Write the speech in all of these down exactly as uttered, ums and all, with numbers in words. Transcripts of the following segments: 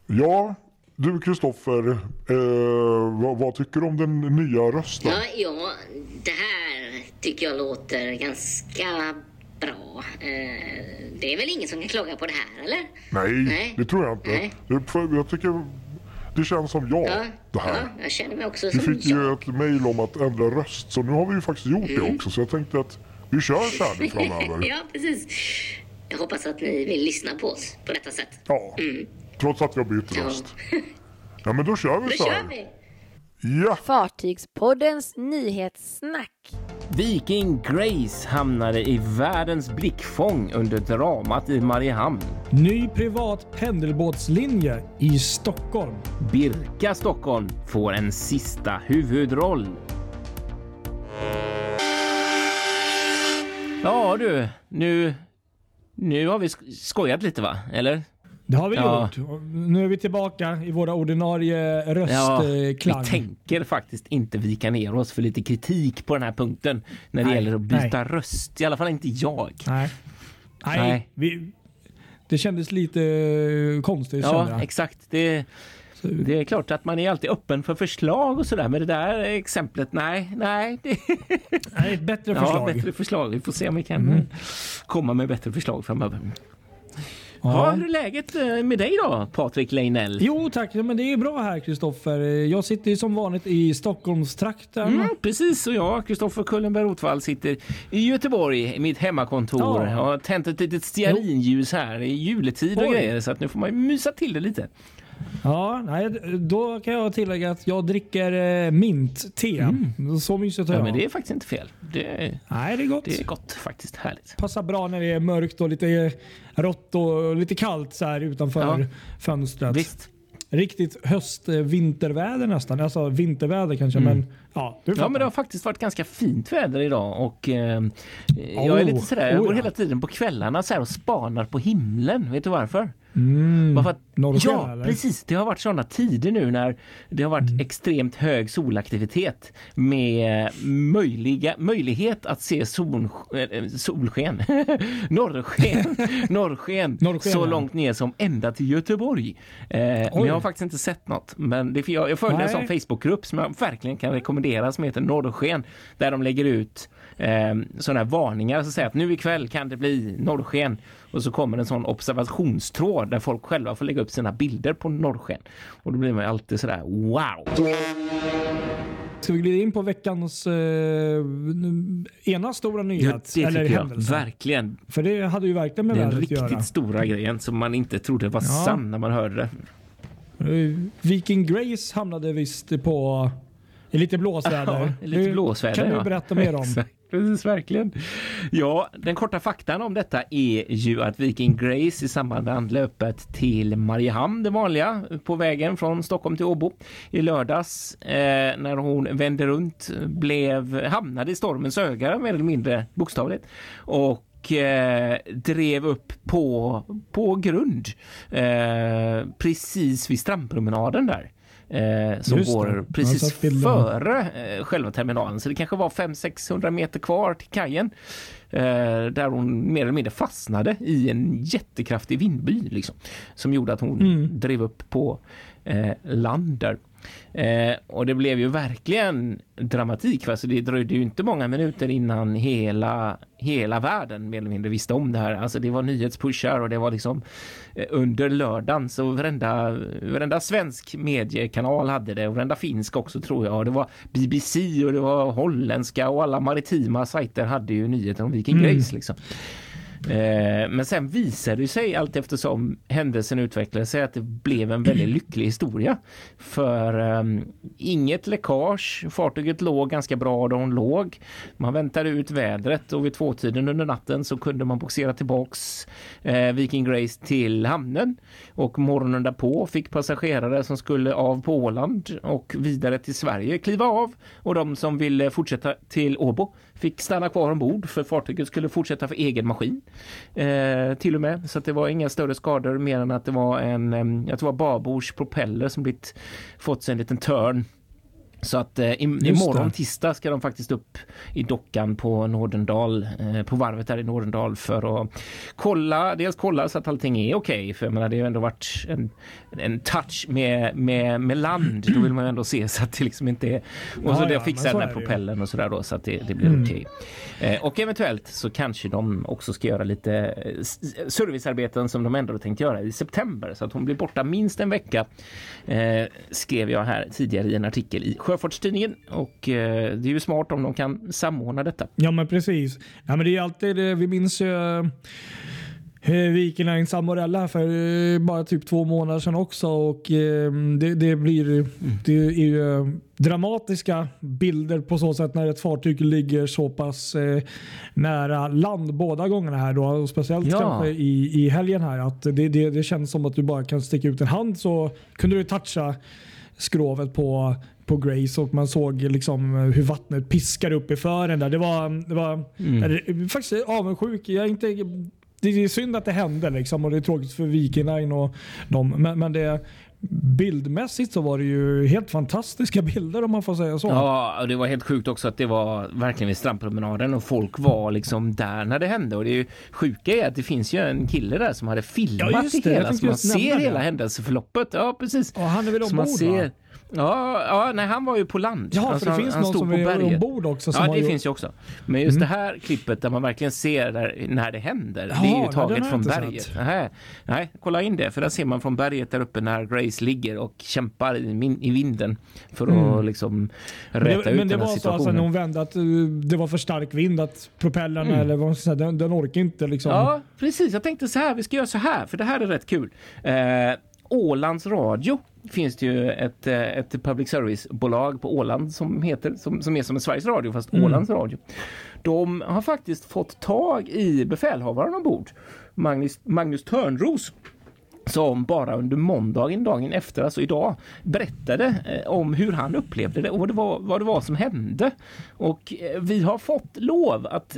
Ja, du Kristoffer, eh, vad, vad tycker du om den nya rösten? Ja, ja, det här tycker jag låter ganska bra. Eh, det är väl ingen som kan klaga på det här, eller? Nej, Nej. det tror jag inte. Nej. Det, jag tycker det känns som jag, Ja, det här. ja, jag känner mig också Vi som fick ju jag. ett mejl om att ändra röst, så nu har vi ju faktiskt gjort Mm. det också. Så jag tänkte att vi kör så här nu framöver. Ja, precis. Jag hoppas att ni vill lyssna på oss på detta sätt. Ja, Mm. trots att vi har bytt Ja. röst. Ja, men då kör vi Då så kör här. vi. Ja, Fartygspoddens nyhetssnack. Viking Grace hamnade i världens blickfång under dramat i Mariehamn. Ny privat pendelbåtslinje i Stockholm. Birka Stockholm får en sista huvudroll. Ja du, nu, nu har vi skojat lite va, eller? Det har vi Ja. gjort. Nu är vi tillbaka i våra ordinarie Ja, röstklang. vi tänker faktiskt inte vika ner oss för lite kritik på den här punkten när det Nej, gäller att byta nej. röst. I alla fall inte jag. Nej. Nej. Nej. Vi, det kändes lite konstigt. kände Ja, jag. exakt. Det, det är klart att man är alltid öppen för förslag och sådär. Men det där exemplet, nej, nej. Det, Nej, ett bättre ja, förslag. bättre förslag. Vi får se om vi kan Mm. komma med bättre förslag framöver. Ja. Ja, hur är läget med dig då, Patrik Leinell? Jo tack, men det är bra här Kristoffer. Jag sitter ju som vanligt i Stockholmstrakten. Mm, precis, och jag, Kristoffer Kullenberg-Rotvall, sitter i Göteborg i mitt hemmakontor. Ja. Jag har tänt ett litet stearinljus här i juletid och Oj. grejer, så att nu får man ju mysa till det lite. Ja, nej, då kan jag tillägga att jag dricker eh, mint-te. Mm. Så mysigt har Ja, jag. men det är faktiskt inte fel. Det, Nej, det är gott. det är gott faktiskt, härligt. Passar bra när det är mörkt och lite rått och lite kallt så här utanför Ja. fönstret. Visst. Riktigt höst-vinterväder nästan. Alltså vinterväder kanske, Mm. men ja. Du Ja, fattar. men det har faktiskt varit ganska fint väder idag och eh, jag är Oh, lite sådär, jag oh går ja. hela tiden på kvällarna så här och spanar på himlen. Vet du varför? Mm. Bara för att, Norrsken, ja, eller? precis. Det har varit sådana tider nu när det har varit extremt hög solaktivitet med möjliga, möjlighet att se sol, äh, solsken, norrsken, norrsken, Norrsken, så ja. långt ner som ända till Göteborg. Eh, men jag har faktiskt inte sett något. Men det, jag, jag följer en Nej. sån Facebookgrupp som jag verkligen kan rekommendera som heter Norrsken, där de lägger ut eh, sådana här varningar som säger att nu ikväll kan det bli norrsken, och så kommer en sån observationstråd där folk själva får lägga upp sina bilder på norrsken, och då blir man alltid sådär wow. Ska vi glida in på veckans eh, ena stora Ja, nyhet? det eller tycker jag händelse? verkligen. För det hade ju verkligen med Den vädret att göra. riktigt stora grejen som man inte trodde var Ja. sann när man hörde det. Eh, Viking Grace hamnade visst på i lite blåsväder. Ja, lite Det blåsväder, kan du ja. berätta mer om. Exakt, precis, verkligen. Ja, den korta faktan om detta är ju att Viking Grace i samband med anlöpet till Mariehamn, det vanliga, på vägen från Stockholm till Åbo i lördags, eh, när hon vände runt, blev, hamnade i stormens öga, mer eller mindre bokstavligt, och eh, drev upp på, på grund eh, precis vid strandpromenaden där. Eh, som Just det. går Jag har precis sett bilderna. före eh, själva terminalen, så det kanske var fem till sexhundra meter kvar till kajen, eh, där hon mer eller mindre fastnade i en jättekraftig vindby liksom, som gjorde att hon Mm. drev upp på eh, land där. Eh, och det blev ju verkligen dramatik, va? Så det dröjde ju inte många minuter innan hela, hela världen mer eller mindre visste om det här. Alltså det var nyhetspushar och det var liksom eh, under lördagen, så varenda, varenda svensk mediekanal hade det, och varenda finsk också tror jag, och det var B B C och det var holländska, och alla maritima sajter hade ju nyheter om Viking Mm. Grace liksom. Eh, men sen visade det sig allt eftersom händelsen utvecklade sig att det blev en väldigt lycklig historia. För um, inget läckage, fartyget låg ganska bra där hon låg. Man väntade ut vädret, och vid tvåtiden under natten så kunde man boxera tillbaks eh, Viking Grace till hamnen, och morgonen därpå fick passagerare som skulle av på Åland och vidare till Sverige kliva av, och de som ville fortsätta till Åbo fick stanna kvar ombord, för fartyget skulle fortsätta för egen maskin. Eh, till och med, så att det var inga större skador mer än att det var en, eh, jag tror det var babors propeller som blivit, fått sig en liten törn Så att eh, i, imorgon tisdag ska de faktiskt upp i dockan på Nordendal, eh, på varvet där i Nordendal för att kolla, dels kolla så att allting är okej. Okay, för jag menar, det har ju ändå varit en, en touch med, med, med land. Då vill man ju ändå se så att det liksom inte är... Och ja, så det fixar den här propellen och sådär då, så att det, det blir mm. okej. Okay. Eh, och eventuellt så kanske de också ska göra lite servicearbeten som de ändå tänkt göra i september. Så att hon blir borta minst en vecka, eh, skrev jag här tidigare i en artikel i Sjöfartstidningen, och eh, det är ju smart om de kan samordna detta. Ja, men precis. Ja, men det är alltid det. Vi minns ju uh, Viking Line Samorella för uh, bara typ två månader sedan också, och uh, det, det blir mm. det är ju uh, dramatiska bilder på så sätt när ett fartyg ligger så pass uh, nära land båda gångerna här då, och speciellt ja. kanske i, i helgen här, att det, det, det känns som att du bara kan sticka ut en hand så kunde du toucha skrovet på på Grace, och man såg liksom hur vattnet piskar upp i fören där. Det var, det var mm. faktiskt avundsjuk. Jag är inte, det är synd att det hände liksom, och det är tråkigt för Viking Line och dem, men, men det bildmässigt så var det ju helt fantastiska bilder, om man får säga så. Ja, och det var helt sjukt också att det var verkligen vid strandpromenaden och folk var liksom där när det hände, och det är ju sjuka är att det finns ju en kille där som hade filmat ja, det, det hela, så man ser hela händelseförloppet. Ja, precis. Och han är väl ombord, man ser... Ja, ja, nej, han var ju på land. Ja, alltså, för det han, finns han någon som är ombord också. Som ja, det ju... finns ju också. Men just mm. det här klippet där man verkligen ser där, när det händer, ja, det är ju taget från berget. Nej, nej, kolla in det, för där ser man från berget där uppe när Grace ligger och kämpar i, min, i vinden för att mm. liksom räta det, ut men det den här var situationen. Så alltså, när hon vände att det var för stark vind, att propellrarna mm. eller vad man ska säga, den, den orkar inte liksom. Ja, precis. Jag tänkte så här, vi ska göra så här, för det här är rätt kul. Eh, Ålands Radio finns det ju ett, ett public service-bolag på Åland som heter som, som är som en Sveriges Radio, fast mm. Ålands Radio. De har faktiskt fått tag i befälhavaren ombord, Magnus, Magnus Törnros, som bara under måndagen, dagen efter, alltså idag, berättade eh, om hur han upplevde det och vad det var, vad det var som hände. Och eh, vi har fått lov att eh,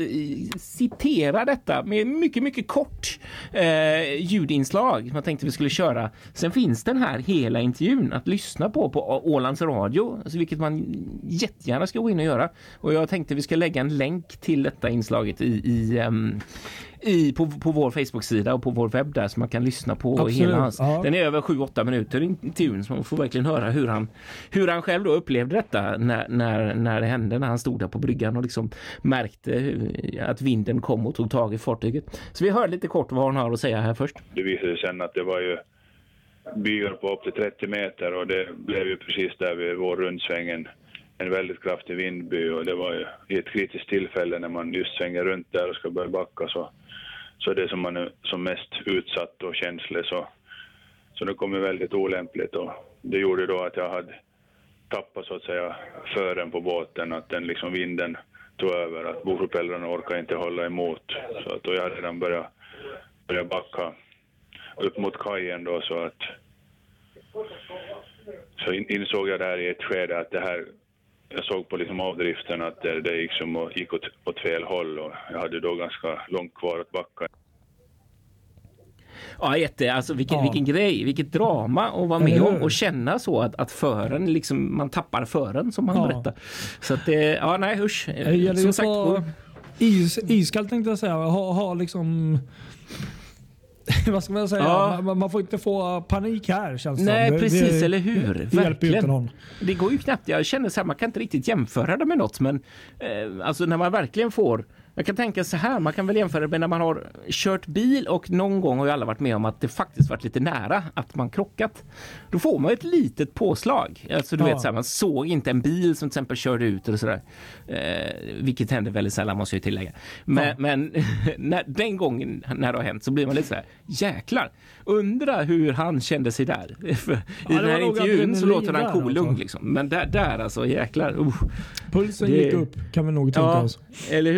citera detta med mycket, mycket kort eh, ljudinslag som jag tänkte vi skulle köra. Sen finns den här hela intervjun att lyssna på på Ålands Radio, alltså vilket man jättegärna ska gå in och göra. Och jag tänkte vi ska lägga en länk till detta inslaget i... i um, I, på, på vår Facebook-sida och på vår webb där, så man kan lyssna på Absolut, hela hans. Ja. Den är över sju åtta minuter intervjun, så man får verkligen höra hur han, hur han själv då upplevde detta när, när, när det hände, när han stod där på bryggan och liksom märkte att vinden kom och tog tag i fartyget. Så vi hör lite kort vad han har att säga här först. Det visade sig sen att det var ju byar på upp till trettio meter, och det blev ju precis där vid vår rundsvängen en väldigt kraftig vindby, och det var ju i ett kritiskt tillfälle när man just svänger runt där och ska börja backa, så så det som man är som mest utsatt och känslig, så så det kom ju väldigt olämpligt, och det gjorde då att jag hade tappat så att säga fören på båten, att den liksom vinden tog över, att bogpropellrarna orkar inte hålla emot, så att då jag redan börjat börja backa upp mot kajen då, så att så insåg jag där i ett skede att det här, jag såg på liksom avdriften att det, det gick, som, gick åt, åt fel håll, och jag hade då ganska långt kvar att backa. Ja, jätte, alltså vilken, ja. vilken grej, vilket drama att vara med om och känna så att, att fören, liksom, man tappar fören som han ja. berättar. Så att det, ja nej usch. Som sagt, på is, iskallt tänkte jag säga, ha, ha liksom... Vad ska man säga? Ja. Man, man får inte få panik här, känns det. Nej, det, precis, det, eller hur? Det, det hjälper ju inte någon. Det går ju knappt. Jag känner så här, man kan inte riktigt jämföra det med något, men eh, alltså när man verkligen får... Jag kan tänka så här, man kan väl jämföra det med när man har kört bil, och någon gång har ju alla varit med om att det faktiskt varit lite nära att man krockat. Då får man ett litet påslag. Alltså du ja. vet så här, man såg inte en bil som till exempel körde ut eller sådär. Eh, vilket händer väldigt sällan, måste jag tillägga. Men, ja. men när, den gången när det har hänt så blir man lite så här, jäklar. Undra hur han kände sig där. För ja, i den här intervjun så låter han kolugn alltså. liksom. Men där, där alltså, jäklar. Uh, Pulsen det, gick upp, kan vi nog tänka ja, oss. Eller hur? Jag kan ju också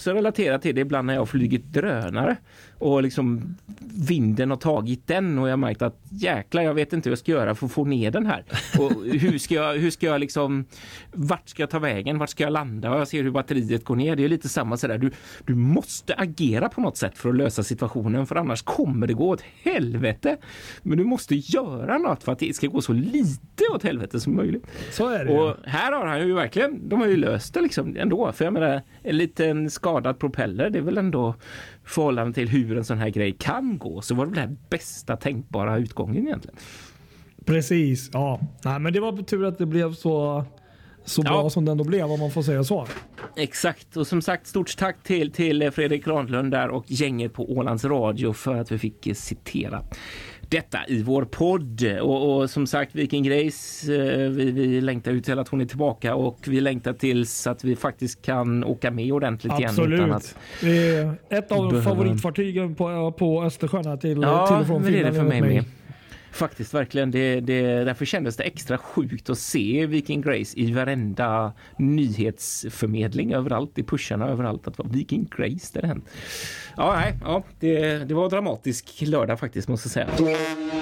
också relatera till det ibland när jag har flugit drönare och liksom vinden har tagit den och jag har märkt att jäklar, jag vet inte hur jag ska göra för att få ner den här. Och hur ska jag, hur ska jag liksom, vart ska jag ta vägen, vart ska jag landa? Och jag ser hur batteriet går ner. Det är lite samma sådär. Du, du måste agera på något sätt för att lösa situationen, för annars kommer det gå åt helvete. Men du måste göra något för att det ska gå så lite åt helvete som möjligt. Så är det. Och här har han ju verkligen, de har ju löst det liksom ändå. För jag menar, en liten skadad propeller, det är väl ändå förhållande till hur en sån här grej kan gå. Så var det väl den bästa tänkbara utgången egentligen. Precis, ja. Nej, men det var tur att det blev så, så bra ja. som det ändå blev, om man får säga så. Exakt, och som sagt stort tack till, till Fredrik Granlund där och gänget på Ålands Radio för att vi fick citera detta i vår podd. Och, och som sagt, Viking Grace, eh, vi, vi längtar ut till att hon är tillbaka och vi längtar till så att vi faktiskt kan åka med ordentligt Absolut. igen. Utan att det är ett av behöva... favoritfartygen på, på Östersjön här till, ja, till och från Finland. Ja, det är det för mig med. Faktiskt verkligen, det, det, därför kändes det extra sjukt att se Viking Grace i varenda nyhetsförmedling överallt, i pusharna överallt, att vara Viking Grace, det hänt. Ja, nej, ja, det, det var dramatisk lördag faktiskt, måste jag säga.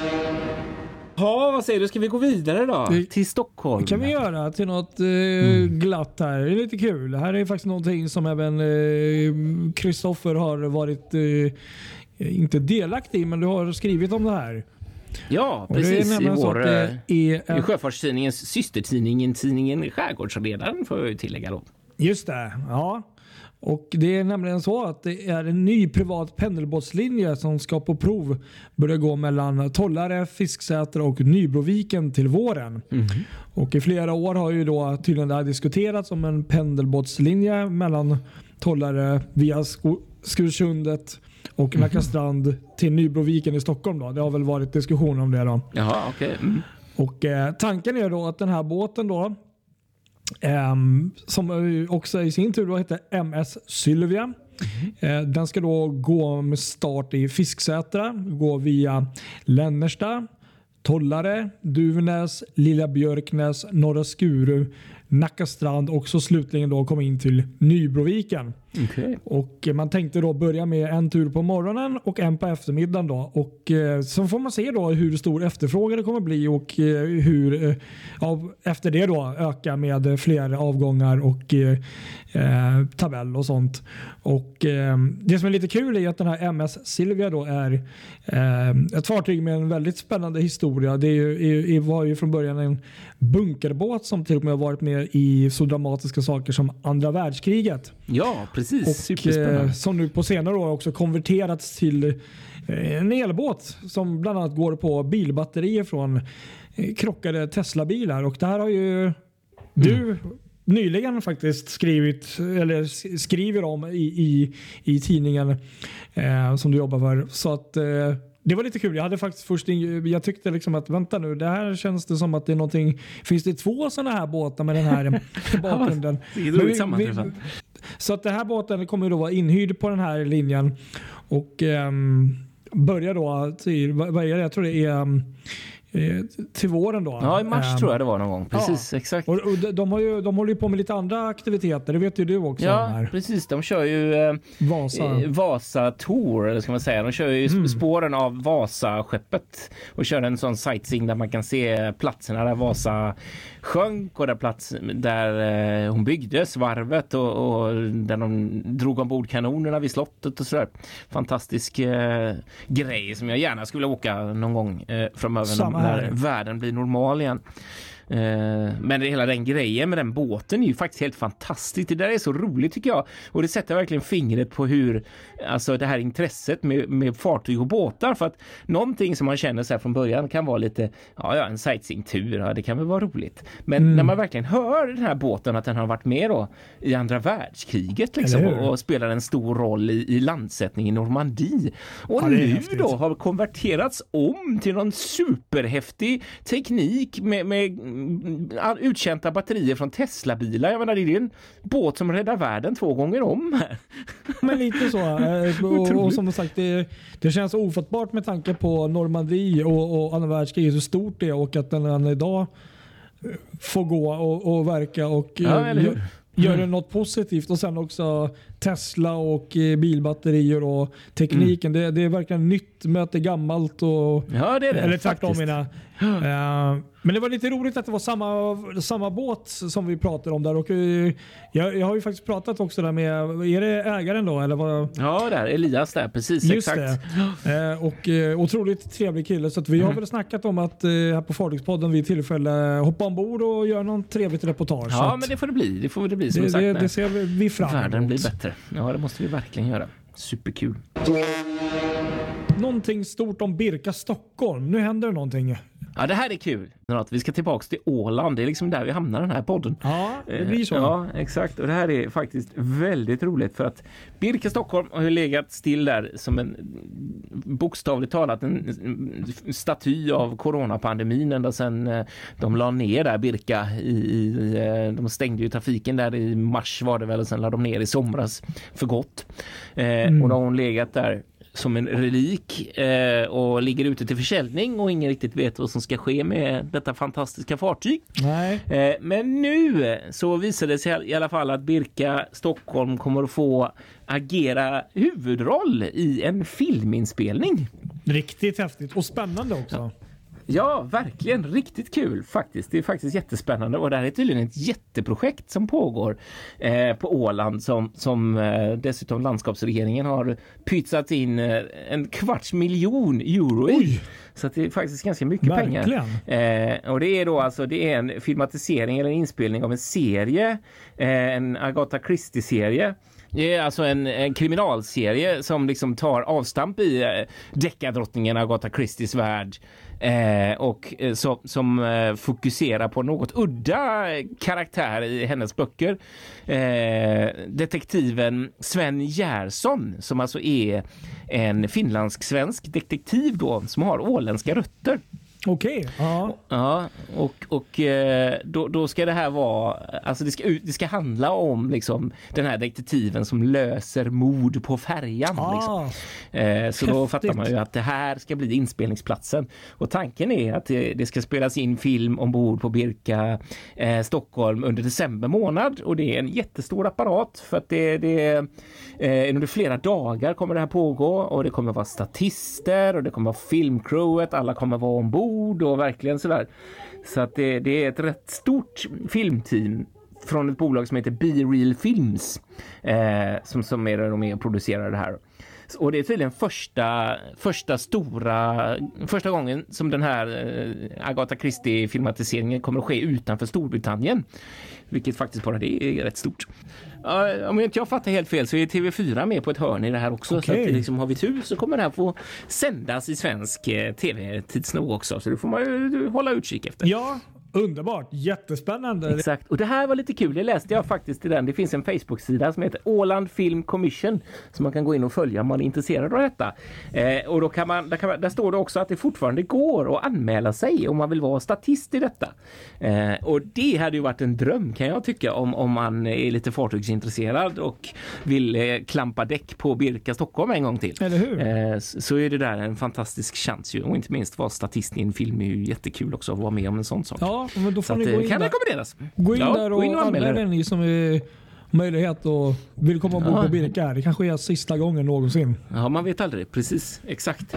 Ja, vad säger du? Ska vi gå vidare då? Det, till Stockholm? Kan vi göra till något eh, mm. glatt här. Det är lite kul. Det här är faktiskt någonting som även Kristoffer eh, har varit eh, inte delaktig i, men du har skrivit om det här. Ja, precis. I vår är, i Sjöfartstidningens systertidningen, tidningen Skärgårdsredaren, får jag ju tillägga då. Just det, ja. Och det är nämligen så att det är en ny privat pendelbåtslinje som ska på prov börja gå mellan Tollare, Fisksätra och Nybroviken till våren. Mm. Och i flera år har ju då tydligen det här diskuterats om en pendelbåtslinje mellan Tollare via Skursundet och Nackastrand till Nybroviken i Stockholm då. Det har väl varit diskussion om det då. Jaha, okej. Okay. Mm. Och eh, tanken är då att den här båten då eh, som också i sin tur då heter M S Sylvia. Mm. Eh, den ska då gå med start i Fisksätra, gå via Lännersta, Tollare, Duvnäs, Lilla Björknäs, Norra Skuru, Nackastrand och så slutligen då komma in till Nybroviken. Okay. Och man tänkte då börja med en tur på morgonen och en på eftermiddagen då. Och eh, så får man se då hur stor efterfrågan det kommer bli och eh, hur eh, av, efter det då öka med fler avgångar och eh, tabell och sånt. Och eh, det som är lite kul är att den här M S Sylvia då är eh, ett fartyg med en väldigt spännande historia. Det är ju, är, var ju från början en bunkerbåt som till och med har varit med i så dramatiska saker som andra världskriget. Ja, precis. Och superspännande. Som nu på senare år också konverterats till en elbåt som bland annat går på bilbatterier från krockade Tesla-bilar. Och det här har ju mm. du nyligen faktiskt skrivit eller skriver om i, i, i tidningen eh, som du jobbar för. Så att eh, det var lite kul. Jag hade faktiskt först jag tyckte liksom att vänta nu, det här känns det som att det är någonting. Finns det två sådana här båtar med den här bakgrunden? Det är roligt sammanträffat. Så att det här båten kommer då vara inhyrd på den här linjen och um, börjar då till, vad är det? Jag tror det är um, till våren då. Ja, i mars um, tror jag det var någon gång. Precis, ja. Exakt. Och, och de, de, har ju, de håller ju på med lite andra aktiviteter, det vet ju du också. Ja, här. Precis. De kör ju eh, Vasa. Vasa Tour, eller ska man säga. De kör ju mm. spåren av Vasa-skeppet och kör en sån sightseeing där man kan se platserna där Vasa sjönk och där plats där eh, hon byggdes, varvet och, och där de drog ombord kanonerna vid slottet och sådär. Fantastisk eh, grej som jag gärna skulle åka någon gång eh, framöver när världen blir normal igen. Men hela den grejen med den båten är ju faktiskt helt fantastiskt. Det där är så roligt tycker jag. Och det sätter verkligen fingret på hur alltså det här intresset med, med fartyg och båtar. För att någonting som man känner så här från början kan vara lite, ja, ja en sightseeing-tur, ja, det kan väl vara roligt. Men mm. när man verkligen hör den här båten att den har varit med då i andra världskriget liksom, och, och spelar en stor roll i, i landsättning i Normandie. Och ja, nu då har konverterats om till någon superhäftig teknik med, med utkänta batterier från Tesla-bilar. Jag menar, det är en båt som räddar världen två gånger om här. Men lite så. och, och som sagt, det, det känns ofattbart med tanke på Normandie och, och andra världskriget, hur stort det är och att den än idag får gå och, och verka och ja, eller hur? gör det något positivt och sen också Tesla och eh, bilbatterier och tekniken. Mm. Det, det är verkligen nytt möte gammalt och ja, det är det, eller tvärtom mina. Uh, men det var lite roligt att det var samma, samma båt som vi pratade om där och uh, jag, jag har ju faktiskt pratat också där med, är det ägaren då eller vad? Ja, där Elias där precis. Just exakt. Det. Uh, och uh, otroligt trevlig kille så att vi mm. har väl snackat om att uh, här på Fartygspodden vid tillfälle hoppa ombord och göra någon trevligt reportage. Ja, men det får det bli. Det får det bli som det, sagt. Det, det ser vi fram emot. Världen blir bättre. Ja, det måste vi verkligen göra. Superkul. Någonting stort om Birka Stockholm. Nu händer det någonting. Ja, det här är kul. Vi ska tillbaka till Åland. Det är liksom där vi hamnar i den här podden. Ja, det blir så. Ja, exakt. Och det här är faktiskt väldigt roligt för att Birka Stockholm har ju legat still där som en bokstavligt talat en staty av coronapandemin ända sedan de la ner där Birka i, i de stängde ju trafiken där i mars var det väl och sen la de ner i somras för gott. Mm. Eh, och då har hon legat där som en relik eh, och ligger ute till försäljning och ingen riktigt vet vad som ska ske med detta fantastiska fartyg. Nej. Eh, men nu så visar det sig i alla fall att Birka Stockholm kommer att få agera huvudroll i en filminspelning. Riktigt häftigt och spännande också. Ja. Ja, verkligen. Riktigt kul faktiskt. Det är faktiskt jättespännande och det här är tydligen ett jätteprojekt som pågår eh, på Åland som, som eh, dessutom landskapsregeringen har pytsat in eh, en kvarts miljon euro i. Oj. Så att det är faktiskt ganska mycket verkligen. pengar. Eh, och det är då alltså det är en filmatisering eller en inspelning av en serie, eh, en Agatha Christie-serie. Det är alltså en, en kriminalserie som liksom tar avstamp i eh, deckardrottningen Agatha Christies värld eh, och eh, så, som eh, fokuserar på något udda karaktär i hennes böcker. Eh, detektiven Sven Gärsson som alltså är en finlandsk-svensk detektiv då som har åländska rötter. Okej. Okay. Ja. Ja, och, och då, då ska det här vara, alltså det ska, det ska handla om liksom den här detektiven som löser mord på färjan. Ah, liksom. eh, så då fattar man ju att det här ska bli inspelningsplatsen. Och tanken är att det, det ska spelas in film ombord på Birka eh, Stockholm under december månad. Och det är en jättestor apparat för att det, det eh, under flera dagar kommer det här pågå. Och det kommer vara statister och det kommer vara filmcrewet, alla kommer vara ombord. Och verkligen sådär. Så att det, det är ett rätt stort filmteam från ett bolag som heter Be Real Films eh, som, som är de är och producerar det här. Och det är tydligen första, första stora första gången som den här eh, Agatha Christie-filmatiseringen kommer att ske utanför Storbritannien. Vilket faktiskt bara det är rätt stort. Uh, om jag inte jag fattar helt fel så är T V fyra med på ett hörn i det här också. Okay. Så att liksom, har vi tur så kommer det här få sändas i svensk eh, tv tids nog också. Så det får man ju hålla utkik efter. Ja, underbart. Jättespännande. Exakt. Och det här var lite kul. Det läste jag faktiskt i den. Det finns en Facebook-sida som heter Åland Film Commission som man kan gå in och följa om man är intresserad av detta. Eh, och då kan man, där, kan man, där står det också att det fortfarande går att anmäla sig om man vill vara statist i detta. Eh, och det hade ju varit en dröm kan jag tycka om, om man är lite fartygsintresserad och vill eh, klampa däck på Birka Stockholm en gång till. Eller hur? Eh, så är det där en fantastisk chans ju. Och inte minst vara statist i en film är ju jättekul också att vara med om en sån sak. Ja. Men då får så ni att, gå in kan där. rekommenderas. Gå in ja, där och, och anmäla ni som är möjlighet och vill komma ombord ja. på Birka. Det kanske är sista gången någonsin. Ja, man vet aldrig. Precis, exakt.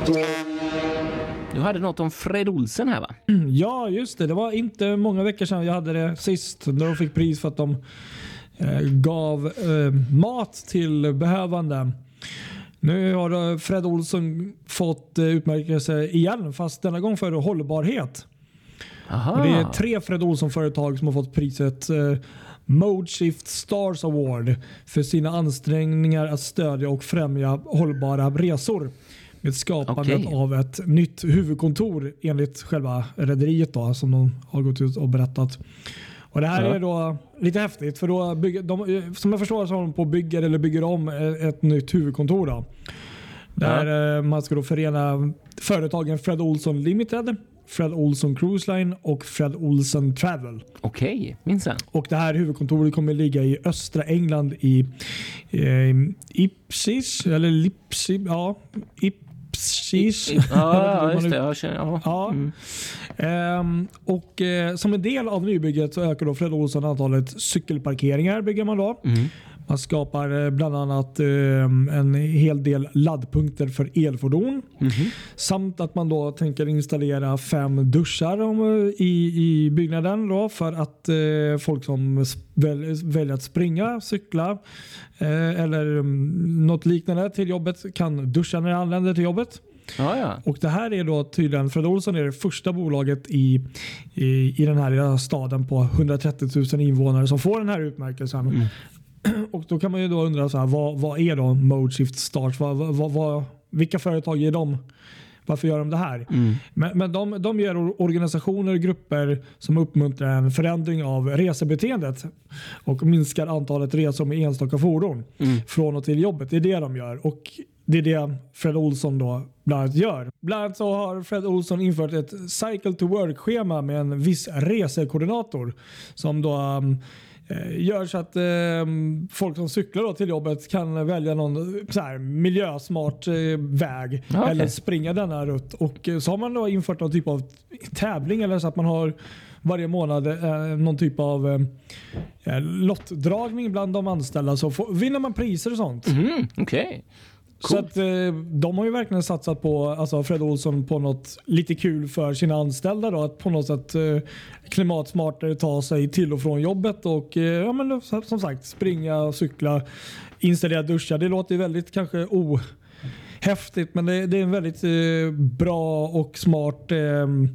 Du hade något om Fred Olsen här va? Ja, just det. Det var inte många veckor sedan jag hade det sist. När de fick pris för att de eh, gav eh, mat till behövande. Nu har Fred Olsen fått eh, utmärkelse igen fast denna gång för hållbarhet. Aha. Det är tre Fred Olsen-företag som har fått priset eh, Modeshift Stars Award för sina ansträngningar att stödja och främja hållbara resor med skapandet okay. av ett nytt huvudkontor enligt själva rederiet då, som de har gått ut och berättat. Och det här ja. är då lite häftigt för då bygger de, som jag förstår så håller de på bygger eller bygger om ett nytt huvudkontor då. Där ja. man ska då förena företagen Fred Olsen Limited, Fred Olsen Cruise Line och Fred Olsen Travel. Okej, okay, minsann. Och det här huvudkontoret kommer ligga i östra England i eh, Ipsis eller Lipsi, ja, Ip, Precis. Ja, ja, just det. Jag känner, ja. Ja. Mm. Ehm, och eh, som en del av nybygget så ökar då Fred Olsson antalet cykelparkeringar bygger man då. Mm. Man skapar eh, bland annat eh, en hel del laddpunkter för elfordon. Mm. Samt att man då tänker installera fem duschar om, i, i byggnaden då för att eh, folk som väl, väljer att springa, cykla eh, eller um, något liknande till jobbet kan duscha när de anländer till jobbet. Ja, ja. Och det här är då tydligen, Fred Olsson är det första bolaget i, i, i den här staden på hundratrettio tusen invånare som får den här utmärkelsen. Mm. Och då kan man ju då undra så här, vad, vad är då Modeshift Start? Vad, vad, vad, vilka företag är de? Varför gör de det här? Mm. Men, men de, de gör organisationer och grupper som uppmuntrar en förändring av resebeteendet och minskar antalet resor med enstaka fordon mm. från och till jobbet. Det är det de gör. Och det är det Fred Olsson då bland annat gör. Bland annat så har Fred Olsson infört ett Cycle to Work-schema med en viss resekoordinator som då um, gör så att eh, folk som cyklar då till jobbet kan välja någon så här miljösmart eh, väg okay. eller springa denna rutt. Och eh, så har man då infört någon typ av tävling eller så att man har varje månad eh, någon typ av eh, lottdragning bland de anställda så får, vinner man priser och sånt. Mm, okej. Okay. Så att, eh, de har ju verkligen satsat på alltså Fred Olsson på något lite kul för sina anställda då, att på något sätt eh, klimatsmartare ta sig till och från jobbet och eh, ja, men, som sagt springa, cykla, installera duschar. Det låter ju väldigt kanske ohäftigt men det, det är en väldigt eh, bra och smart eh,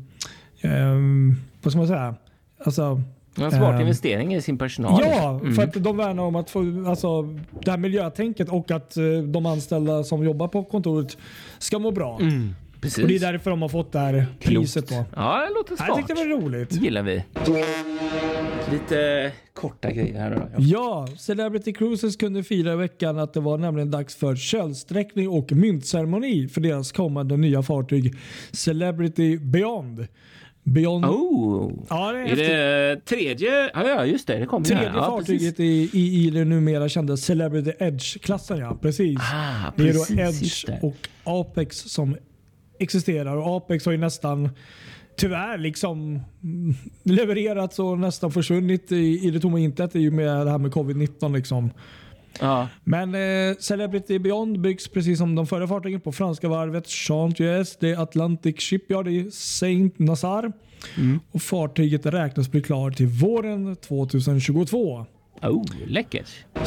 eh, vad ska man säga? Alltså en smart um, investering i sin personal. Ja, mm. för att de värnar om att få alltså, det här miljötänket och att uh, de anställda som jobbar på kontoret ska må bra. Mm, precis. Och det är därför de har fått det här priset då. Ja, det låter smart. Jag tyckte det var roligt. Det gillar vi. Lite korta grejer här då. Ja, Celebrity Cruises kunde fira i veckan att det var nämligen dags för kölsträckning och myntceremoni för deras kommande nya fartyg Celebrity Beyond. Beyond... Oh, ja, det är, är det tredje? Ja, just det. Det kommer tredje ja, fartyget i, i, i det numera kända Celebrity Edge-klassen. Ja, precis. Ah, det är precis, då Edge det. och Apex som existerar. Och Apex har ju nästan tyvärr liksom levererats och nästan försvunnit i, i det tomma intet i och med det här med covid nitton liksom. Ja. Men eh, Celebrity Beyond byggs precis som de förra fartygen på franska varvet Chantiers de Atlantic Shipyard i Saint Nazaire. Mm. Och fartyget räknas bli klar till våren tjugohundratjugotvå. Oh, läckert.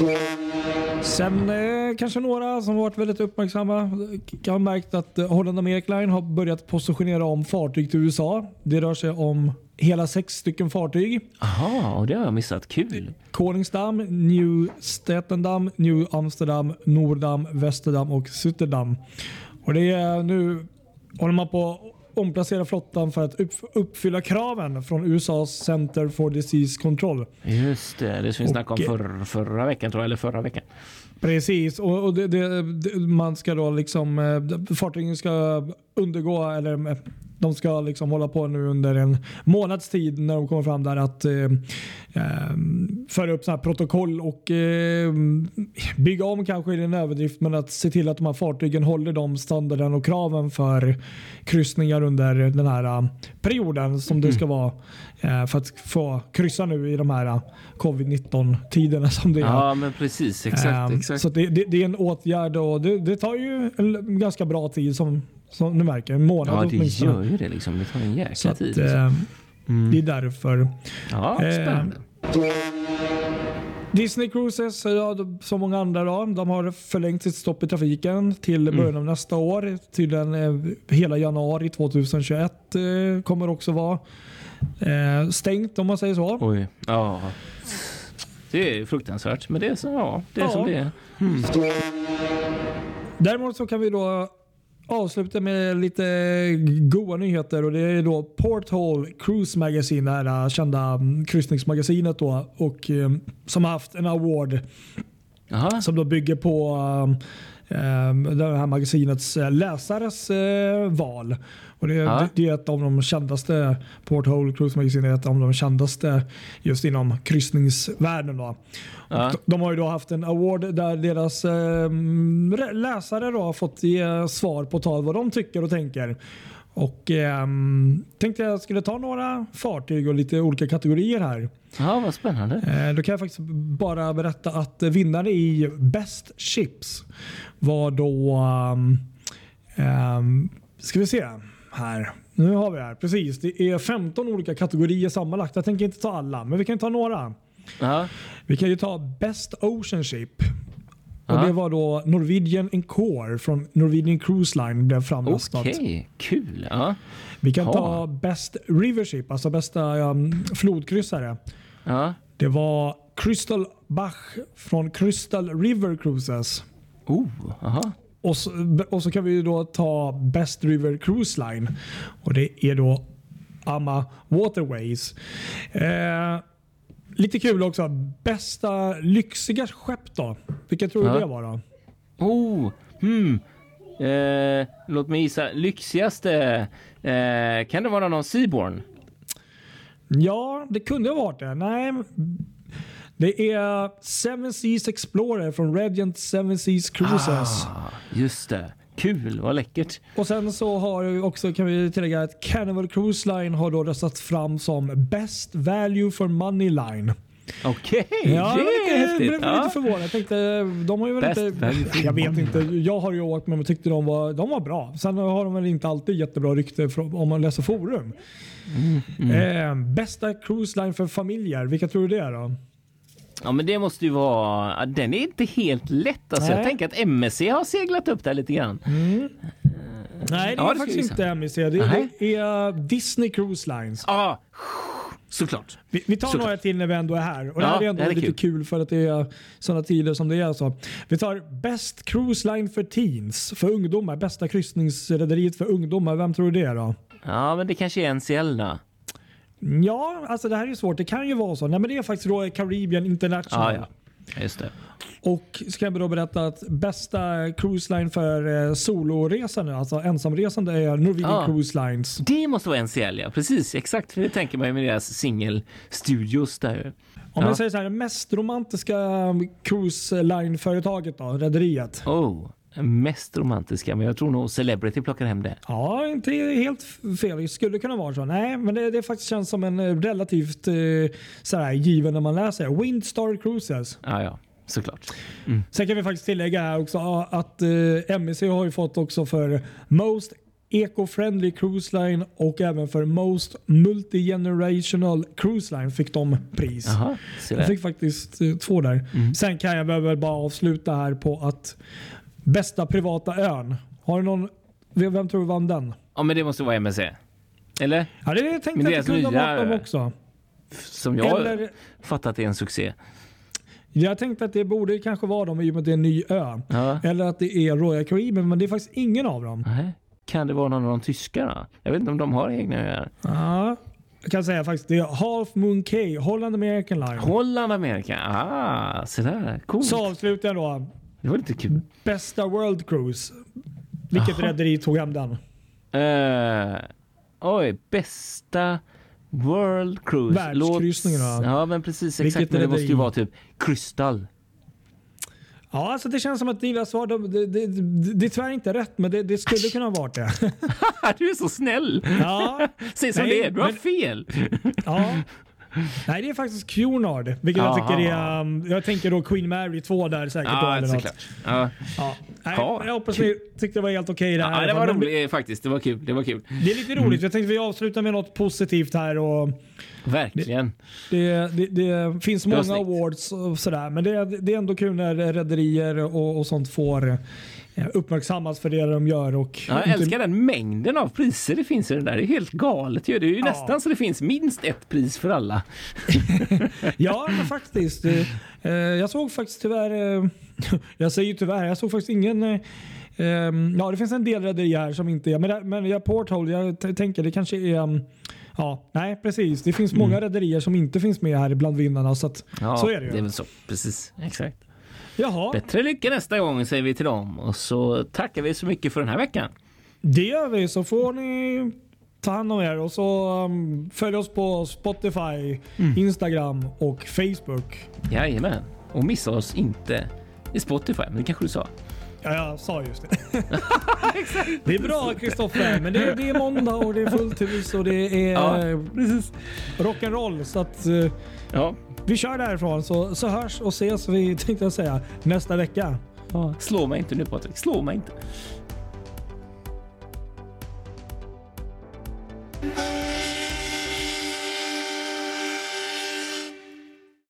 Sen eh, kanske några som har varit väldigt uppmärksamma kan ha märkt att eh, Holland America Line har börjat positionera om fartyg till U S A. Det rör sig om hela sex stycken fartyg. Aha, och det har jag missat. Kul. Koningsdam, New Statendam, New Amsterdam, Nordam, Västerdam och Sutterdam. Och det är nu håller man på att omplacera flottan för att uppfylla kraven från U S A:s Center for Disease Control. Just det, det som vi snackade om för, förra veckan tror jag, eller förra veckan. Precis, och, och det, det, det, man ska då liksom fartygen ska undergå eller de ska liksom hålla på nu under en månads tid när de kommer fram där att eh, föra upp så här protokoll och eh, bygga om kanske i en överdrift men att se till att de här fartygen håller de standarden och kraven för kryssningar under den här perioden som det ska vara eh, för att få kryssa nu i de här covid nitton tiderna som det är. Ja, men precis, exakt. Eh, exakt. Så det, det, det är en åtgärd och det, det tar ju en ganska bra tid som som du märker, en månad. Ja, det åtminstone. Gör ju det liksom. Det tar en jäkla så tid. Att, liksom. eh, mm. Det är därför. Ja, spännande. Eh, Disney Cruises, ja, som många andra då, de har förlängt sitt stopp i trafiken till början mm. av nästa år. Till den, eh, hela januari tjugohundratjugoett eh, kommer också vara eh, stängt om man säger så. Oj, ja. Det är fruktansvärt, men det är så, ja, det är ja. som det är. Mm. Däremot så kan vi då avsluta med lite goda nyheter och det är då Porthole Cruise Magazine, det här kända kryssningsmagasinet då, och som har haft en award. Aha. Som då bygger på det här magasinets läsares val. Och det, Ja. det, det är ett av de kändaste, Porthole Cruise Magazine är ett av de kändaste just inom kryssningsvärlden. Då. Ja. De, de har ju då haft en award där deras eh, läsare då har fått ge svar på tal vad de tycker och tänker. Och eh, tänkte jag skulle ta några fartyg och lite olika kategorier här. Ja, vad spännande. Eh, då kan jag faktiskt bara berätta att vinnare i Best Ships var då um, um, ska vi se här. Nu har vi det här. Precis. Det är femton olika kategorier sammanlagt. Jag tänker inte ta alla, men vi kan ta några. Ja. Vi kan ju ta Best Ocean Ship. Och Ja. det var då Norwegian Encore från Norwegian Cruise Line blev framröstat. Okej, kul. Ja. Vi kan Ha. ta Best River Ship, alltså bästa um, flodkryssare. Ja. Det var Crystal Bach från Crystal River Cruises. Oh, aha. Och så, och så kan vi då ta Best River Cruise Line. Och det är då Amma Waterways. Eh, lite kul också. Bästa lyxiga skepp då. Vilka tror du Ja. det var då? Oh, hmm. Eh, låt mig gissa. Lyxigaste. Eh, kan det vara någon Seaborn? Ja, det kunde ha varit det. Nej, det är Seven Seas Explorer från Regent Seven Seas Cruises. Ah, just det. Kul, vad läckert. Och sen så har vi också, kan vi tillägga, att Carnival Cruise Line har då röstat fram som Best Value for Money Line. Okej, Ja, det jag är blev, häftigt. blev Ja. lite förvånad. Jag tänkte, de har ju väl Best inte... value for Jag vet money. inte. Jag har ju åkt med dem och tyckte de var, de var bra. Sen har de väl inte alltid jättebra rykte för, om man läser forum. Mm, mm. Eh, bästa cruise line för familjer. Vilka tror du det är då? Ja, men det måste ju vara... Den är inte helt lätt. Alltså, jag Nej. tänker att M S C har seglat upp där lite grann. Nej, det är Ja, det ska faktiskt vi inte M S C. Det, Nej. det är Disney Cruise Lines. Ja, såklart. Vi, vi tar Såklart. några till när vi ändå är här. Och det Ja, här är ändå det här är lite kul. kul. för att det är sådana tider som det är. Så. Vi tar Best Cruise Line för Teens, för ungdomar. Bästa kryssningsrederiet för ungdomar. Vem tror du det är då? Ja, men det kanske är N C L då. Ja, alltså det här är ju svårt. Det kan ju vara så. Nej, men det är faktiskt Royal Caribbean International. Ja, ja. Just det. Och ska jag då berätta att bästa cruise line för eh, soloresande, alltså ensamresande, är Norwegian Ja. Cruise Lines. Det måste vara N C L, ja. Precis, exakt. För det tänker man ju med deras singelstudios där. Om Ja. jag säger så här, det mest romantiska cruise line-företaget då, rederiet. Oh, mest romantiska. Men jag tror nog Celebrity plockar hem det. Ja, inte helt fel. Det skulle kunna vara så. Nej, men det, det faktiskt känns som en eh, relativt eh, så här, given när man läser. Windstar Cruises. Ja, ja. Såklart. Sen kan vi faktiskt tillägga här också att eh, M S C har ju fått också för Most Eco-Friendly Cruise Line och även för Most Multi-Generational Cruise Line fick de pris. Jaha, så Jag där. fick faktiskt eh, två där. Sen kan jag väl bara avsluta här på att bästa privata ön. Har du någon, vem vem tror du vann den? Ja, men det måste vara M S C. Eller? Ja, det tänkte Men jag deras att det kunde nya- ha varit dem också. Som jag Eller- fattat att det är en succé. Jag tänkte att det borde kanske vara dem i och med att det är en ny ö. Ja. Eller att det är Royal Caribbean, men det är faktiskt ingen av dem. Nej. Kan det vara någon av de tyskarna? Jag vet inte om de har egna öar. Ja, jag kan säga faktiskt det är Half Moon Cay, Holland American Line. Holland, Amerika. Ah, så där. Coolt. Så avslutar jag då. Det var lite kul. Bästa World Cruise. Vilket rederi tog hem den? Uh, oj, bästa World Cruise. Världskryssningen, Låt- va? Ja, men precis. Exakt. Vilket Men det måste ju rederi? vara typ Crystal. Ja, alltså det känns som att dina svar, det, det, det, det, det är tyvärr inte rätt, men det, det skulle kunna ha varit det. Du är så snäll. Ja, Säg som Nej, det är. Du har men- fel. ja. Nej, det är faktiskt Cunard. Vilket jag tycker är... Um, jag tänker då Queen Mary två där säkert. då, Ja, eller något. såklart. Ja. Ja. Nej, Ja. jag hoppas ni tyckte det var helt okej det här. Ja, det var Men roligt faktiskt. Det var kul. Det var kul. Det är lite roligt. Jag tänkte vi avslutar med något positivt här. Och Verkligen. det, det, det finns Det var många snyggt. awards och sådär. Men det, det är ändå kul när rederier och, och sånt får eh, uppmärksammas för det de gör. Och Ja, jag inte- älskar den mängden av priser det finns i den där. Det är helt galet ju. Det är ju Ja. nästan så det finns minst ett pris för alla. Ja, men faktiskt. Eh, eh, jag såg faktiskt tyvärr... Eh, jag säger tyvärr. Jag såg faktiskt ingen... Eh, eh, ja, det finns en del rederier här som inte är... Men, det- men jag Porthole, jag t- tänker det kanske är... Um, ja, nej precis. Det finns många rederier som inte finns med här bland vinnarna. Så, att, Ja, så är det ju. Det är väl så. Precis. Exakt. Jaha, Bättre lycka nästa gång, säger vi till dem. Och så tackar vi så mycket för den här veckan. det gör vi. Så får ni ta hand om er och så um, följ oss på Spotify, Instagram och Facebook. Jajamän. Och missa oss inte i Spotify, men det kanske du sa. Ja, jag sa just det. Det är bra, Kristoffer, men det, det är måndag och det är fullt hus och det är Ja, eh, precis. rock'n'roll. Så att eh, Ja. vi kör därifrån så, så hörs och ses vi, tänkte jag säga, nästa vecka. Ja. Slå mig inte nu, Patrik. Slå mig inte.